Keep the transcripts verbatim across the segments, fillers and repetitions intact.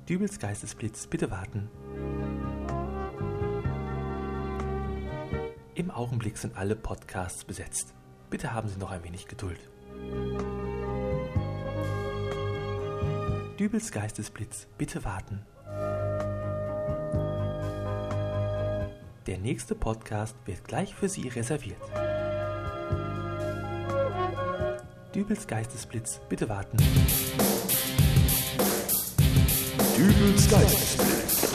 Dübels Geistesblitz, bitte warten. Im Augenblick sind alle Podcasts besetzt. Bitte haben Sie noch ein wenig Geduld. Dübels Geistesblitz, bitte warten. Der nächste Podcast wird gleich für Sie reserviert. Dübels Geistesblitz, bitte warten. Dübels Geistesblitz.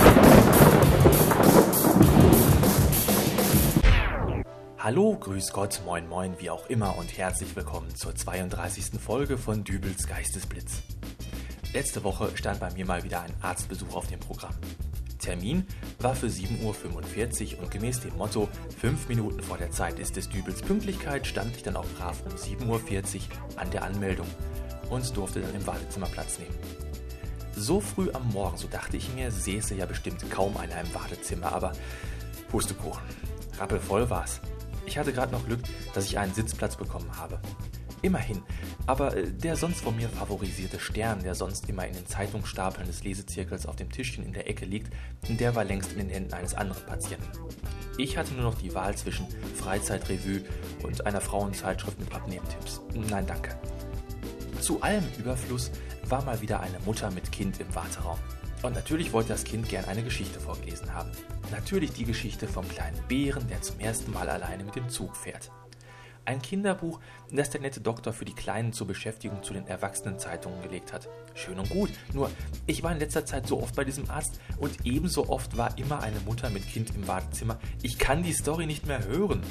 Hallo, grüß Gott, moin moin, wie auch immer und herzlich willkommen zur zweiunddreißigsten Folge von Dübels Geistesblitz. Letzte Woche stand bei mir mal wieder ein Arztbesuch auf dem Programm. Termin war für sieben Uhr fünfundvierzig und gemäß dem Motto fünf Minuten vor der Zeit ist des Dübels Pünktlichkeit stand ich dann auch brav um sieben Uhr vierzig an der Anmeldung und durfte dann im Wartezimmer Platz nehmen. So früh am Morgen, so dachte ich mir, säße ja bestimmt kaum einer im Wartezimmer, aber Pustekuchen, rappelvoll war's. Ich hatte gerade noch Glück, dass ich einen Sitzplatz bekommen habe. Immerhin, aber der sonst von mir favorisierte Stern, der sonst immer in den Zeitungsstapeln des Lesezirkels auf dem Tischchen in der Ecke liegt, der war längst in den Händen eines anderen Patienten. Ich hatte nur noch die Wahl zwischen Freizeitrevue und einer Frauenzeitschrift mit Abnehmtipps. Nein, danke. Zu allem Überfluss war mal wieder eine Mutter mit Kind im Warteraum. Und natürlich wollte das Kind gern eine Geschichte vorgelesen haben. Natürlich die Geschichte vom kleinen Bären, der zum ersten Mal alleine mit dem Zug fährt. Ein Kinderbuch, das der nette Doktor für die Kleinen zur Beschäftigung zu den Erwachsenenzeitungen gelegt hat. Schön und gut, nur ich war in letzter Zeit so oft bei diesem Arzt und ebenso oft war immer eine Mutter mit Kind im Wartezimmer. Ich kann die Story nicht mehr hören.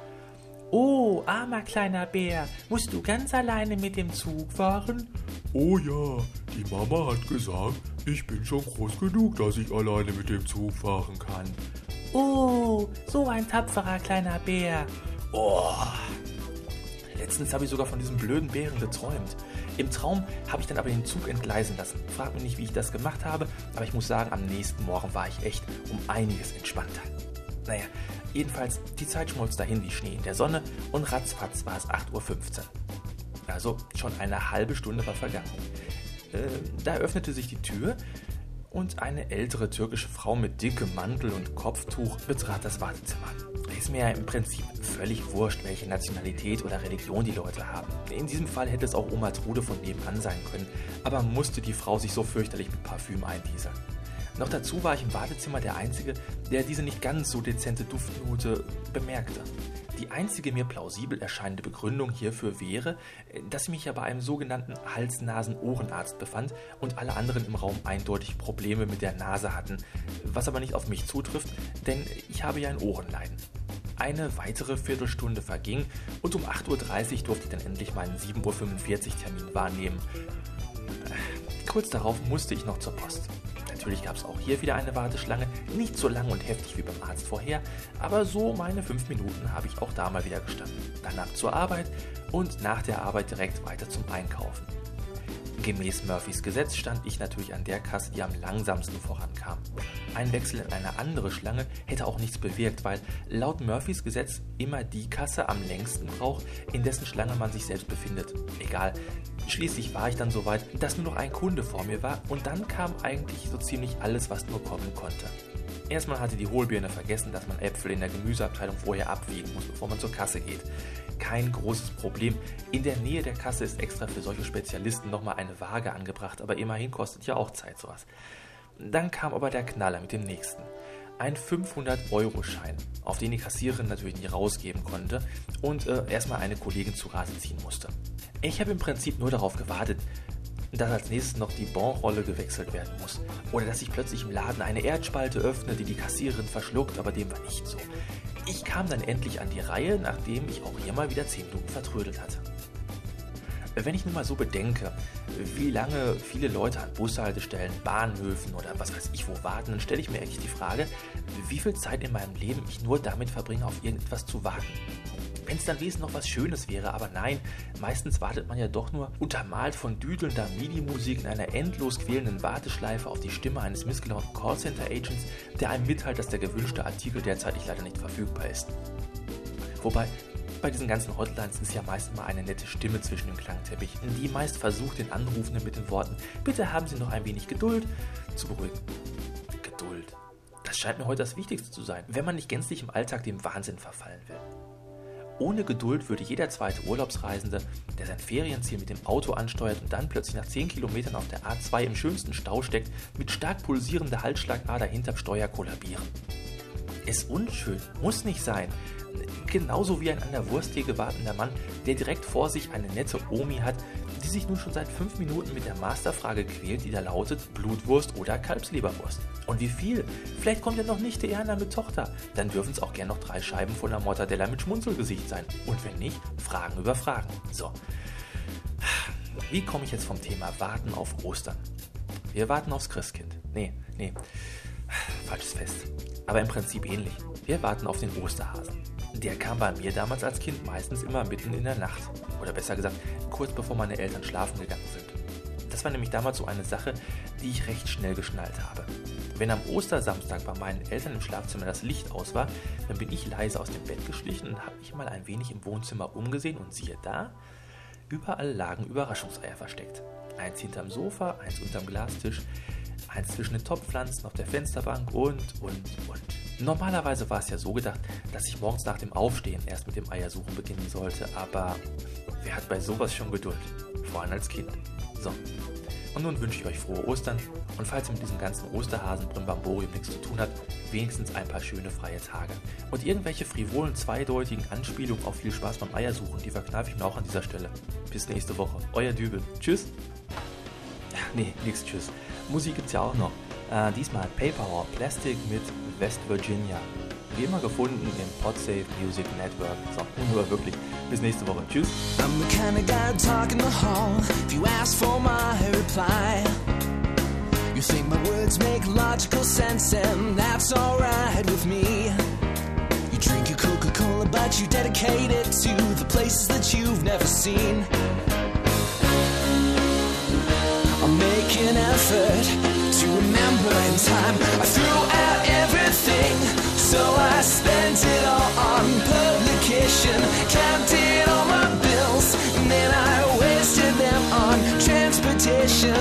Oh, armer kleiner Bär, musst du ganz alleine mit dem Zug fahren? Oh ja, die Mama hat gesagt, ich bin schon groß genug, dass ich alleine mit dem Zug fahren kann. Oh, so ein tapferer kleiner Bär. Oh, letztens habe ich sogar von diesem blöden Bären geträumt. Im Traum habe ich dann aber den Zug entgleisen lassen. Frag mich nicht, wie ich das gemacht habe, aber ich muss sagen, am nächsten Morgen war ich echt um einiges entspannter. Naja, jedenfalls, die Zeit schmolz dahin wie Schnee in der Sonne und ratzfatz war es acht Uhr fünfzehn. Also schon eine halbe Stunde war vergangen. Äh, da öffnete sich die Tür und eine ältere türkische Frau mit dickem Mantel und Kopftuch betrat das Wartezimmer. Ist mir ja im Prinzip völlig wurscht, welche Nationalität oder Religion die Leute haben. In diesem Fall hätte es auch Oma Trude von nebenan sein können, aber musste die Frau sich so fürchterlich mit Parfüm eingießern. Noch dazu war ich im Wartezimmer der Einzige, der diese nicht ganz so dezente Duftnote bemerkte. Die einzige mir plausibel erscheinende Begründung hierfür wäre, dass ich mich ja bei einem sogenannten Hals-Nasen-Ohrenarzt befand und alle anderen im Raum eindeutig Probleme mit der Nase hatten, was aber nicht auf mich zutrifft, denn ich habe ja ein Ohrenleiden. Eine weitere Viertelstunde verging und um acht Uhr dreißig durfte ich dann endlich meinen sieben Uhr fünfundvierzig Termin wahrnehmen. Kurz darauf musste ich noch zur Post. Natürlich gab es auch hier wieder eine Warteschlange, nicht so lang und heftig wie beim Arzt vorher, aber so meine fünf Minuten habe ich auch da mal wieder gestanden. Dann ab zur Arbeit und nach der Arbeit direkt weiter zum Einkaufen. Gemäß Murphys Gesetz stand ich natürlich an der Kasse, die am langsamsten vorankam. Ein Wechsel in eine andere Schlange hätte auch nichts bewirkt, weil laut Murphys Gesetz immer die Kasse am längsten braucht, in dessen Schlange man sich selbst befindet. Egal. Schließlich war ich dann so weit, dass nur noch ein Kunde vor mir war und dann kam eigentlich so ziemlich alles, was nur kommen konnte. Erstmal hatte die Hohlbirne vergessen, dass man Äpfel in der Gemüseabteilung vorher abwiegen muss, bevor man zur Kasse geht. Kein großes Problem. In der Nähe der Kasse ist extra für solche Spezialisten nochmal eine Waage angebracht, aber immerhin kostet ja auch Zeit sowas. Dann kam aber der Knaller mit dem nächsten. Ein fünfhundert-Euro-Schein, auf den die Kassiererin natürlich nicht rausgeben konnte und äh, erstmal eine Kollegin zu Rate ziehen musste. Ich habe im Prinzip nur darauf gewartet, dass als nächstes noch die Bonrolle gewechselt werden muss. Oder dass sich plötzlich im Laden eine Erdspalte öffnet, die die Kassiererin verschluckt, aber dem war nicht so. Ich kam dann endlich an die Reihe, nachdem ich auch hier mal wieder zehn Minuten vertrödelt hatte. Wenn ich nun mal so bedenke, wie lange viele Leute an Bushaltestellen, Bahnhöfen oder was weiß ich wo warten, dann stelle ich mir eigentlich die Frage, wie viel Zeit in meinem Leben ich nur damit verbringe, auf irgendetwas zu warten. Wenn es dann wenigstens noch was Schönes wäre, aber nein, meistens wartet man ja doch nur untermalt von düdelnder MIDI-Musik in einer endlos quälenden Warteschleife auf die Stimme eines missgelaunten Callcenter-Agents, der einem mitteilt, dass der gewünschte Artikel derzeitig leider nicht verfügbar ist. Wobei, bei diesen ganzen Hotlines ist ja meist mal eine nette Stimme zwischen dem Klangteppich, die meist versucht, den Anrufenden mit den Worten „Bitte haben Sie noch ein wenig Geduld" zu beruhigen. Geduld. Das scheint mir heute das Wichtigste zu sein, wenn man nicht gänzlich im Alltag dem Wahnsinn verfallen will. Ohne Geduld würde jeder zweite Urlaubsreisende, der sein Ferienziel mit dem Auto ansteuert und dann plötzlich nach zehn Kilometern auf der A zwei im schönsten Stau steckt, mit stark pulsierender Halsschlagader hinterm Steuer kollabieren. Ist unschön, muss nicht sein. Genauso wie ein an der Wursttheke wartender Mann, der direkt vor sich eine nette Omi hat, die sich nun schon seit fünf Minuten mit der Masterfrage quält, die da lautet Blutwurst oder Kalbsleberwurst. Und wie viel? Vielleicht kommt ja noch nicht die Erna mit Tochter. Dann dürfen es auch gern noch drei Scheiben voller Mortadella mit Schmunzelgesicht sein. Und wenn nicht, Fragen über Fragen. So, wie komme ich jetzt vom Thema Warten auf Ostern? Wir warten aufs Christkind. Nee, nee, falsches Fest. Aber im Prinzip ähnlich. Wir warten auf den Osterhasen. Der kam bei mir damals als Kind meistens immer mitten in der Nacht. Oder besser gesagt, kurz bevor meine Eltern schlafen gegangen sind. Das war nämlich damals so eine Sache, die ich recht schnell geschnallt habe. Wenn am Ostersamstag bei meinen Eltern im Schlafzimmer das Licht aus war, dann bin ich leise aus dem Bett geschlichen und habe mich mal ein wenig im Wohnzimmer umgesehen und siehe da, überall lagen Überraschungseier versteckt. Eins hinterm Sofa, eins unterm Glastisch, eins zwischen den Topfpflanzen auf der Fensterbank und, und, und. Normalerweise war es ja so gedacht, dass ich morgens nach dem Aufstehen erst mit dem Eiersuchen beginnen sollte, aber wer hat bei sowas schon Geduld? Vor allem als Kind. So, und nun wünsche ich euch frohe Ostern und falls ihr mit diesem ganzen Osterhasen-Brimbamborium nichts zu tun habt, wenigstens ein paar schöne freie Tage. Und irgendwelche frivolen, zweideutigen Anspielungen auf viel Spaß beim Eiersuchen, die verkneife ich mir auch an dieser Stelle. Bis nächste Woche. Euer Dübel. Tschüss. Ach, nee, nix tschüss. Musik gibt's ja auch noch. Äh, diesmal Paper or Plastic mit West Virginia. Wie immer gefunden im Podsafe Music Network. So, nur wirklich. Bis nächste Woche. Tschüss. I'm the kind of guy to talk in the hall. If you ask for my reply, you think my words make logical sense, and that's alright with me. You drink your Coca-Cola, but you dedicate it to the places that you've never seen. I'll make an effort to remember in time. I threw out everything, so I spent it all on publication. Counted all my bills, and then I wasted them on transportation.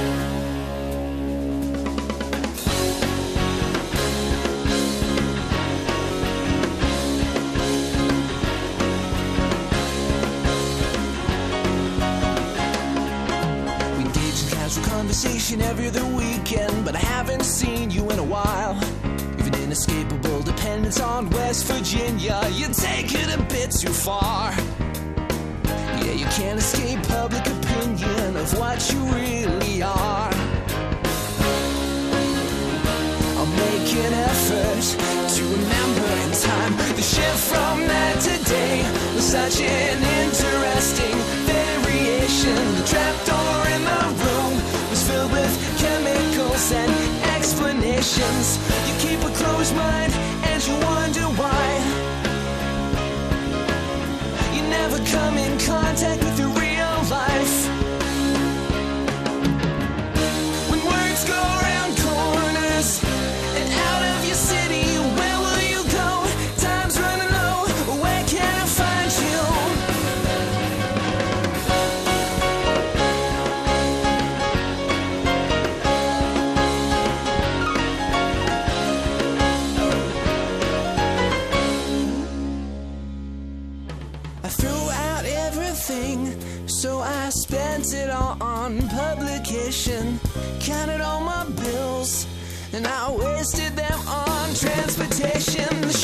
Conversation every other weekend, but I haven't seen you in a while. You've an inescapable dependence on West Virginia. You take it a bit too far. Yeah, you can't escape public opinion of what you really are. I'll make an effort to remember in time. The shift from night to day was such an interesting variation. The trapdoor in the room was filled with chemicals and explanations. You keep a closed mind and you wonder why. You never come in contact with your real life. When words go around corners and out of your city, where will you go? Time's running low, where can I find you? I threw out everything, so I spent it all on publication. Counted all my bills, and I wasted them on transportation.